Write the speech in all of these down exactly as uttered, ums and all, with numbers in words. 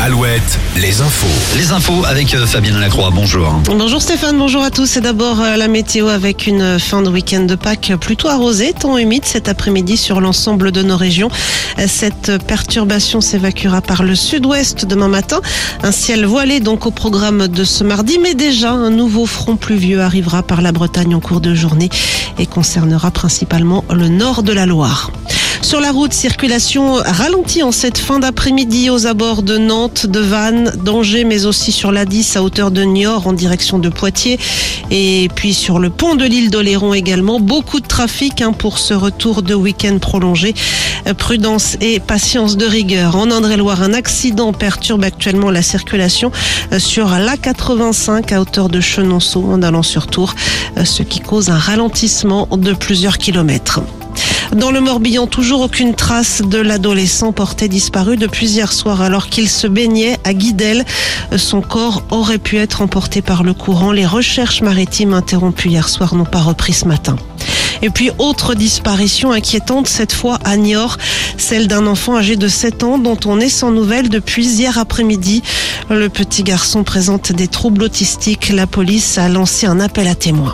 Alouette, les infos. Les infos avec Fabienne Lacroix, bonjour. Bonjour Stéphane, bonjour à tous. C'est d'abord la météo avec une fin de week-end de Pâques plutôt arrosée, temps humide cet après-midi sur l'ensemble de nos régions. Cette perturbation s'évacuera par le sud-ouest demain matin. Un ciel voilé donc au programme de ce mardi, mais déjà un nouveau front pluvieux arrivera par la Bretagne en cours de journée et concernera principalement le nord de la Loire. Sur la route, circulation ralentie en cette fin d'après-midi aux abords de Nantes, de Vannes, d'Angers, mais aussi sur l'A dix à hauteur de Niort en direction de Poitiers. Et puis sur le pont de l'île d'Oléron également, beaucoup de trafic hein, pour ce retour de week-end prolongé. Prudence et patience de rigueur. En Indre-et-Loire, un accident perturbe actuellement la circulation sur l'A quatre-vingt-cinq à hauteur de Chenonceau en allant sur Tours, ce qui cause un ralentissement de plusieurs kilomètres. Dans le Morbihan, toujours aucune trace de l'adolescent porté disparu depuis hier soir alors qu'il se baignait à Guidel. Son corps aurait pu être emporté par le courant. Les recherches maritimes interrompues hier soir n'ont pas repris ce matin. Et puis, autre disparition inquiétante, cette fois à Niort, celle d'un enfant âgé de sept ans dont on est sans nouvelles depuis hier après-midi. Le petit garçon présente des troubles autistiques. La police a lancé un appel à témoins.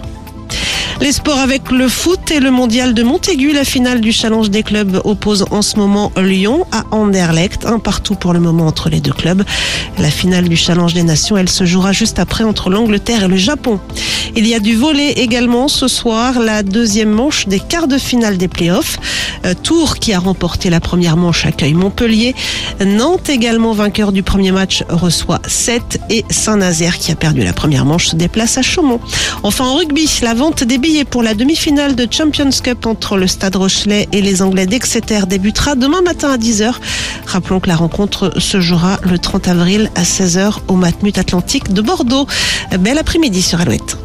Les sports avec le foot et le mondial de Montaigu. La finale du challenge des clubs oppose en ce moment Lyon à Anderlecht. Un partout pour le moment entre les deux clubs. La finale du challenge des nations, elle se jouera juste après entre l'Angleterre et le Japon. Il y a du volley également ce soir. La deuxième manche des quarts de finale des playoffs. Euh, Tours qui a remporté la première manche accueille Montpellier. Nantes également vainqueur du premier match reçoit Sète. Et Saint-Nazaire qui a perdu la première manche se déplace à Chaumont. Enfin en rugby, la vente des billets pour la demi-finale de Champions Cup entre le Stade Rochelais et les Anglais d'Exeter débutera demain matin à dix heures. Rappelons que la rencontre se jouera le trente avril à seize heures au Matmut Atlantique de Bordeaux. Bel après-midi sur Alouette.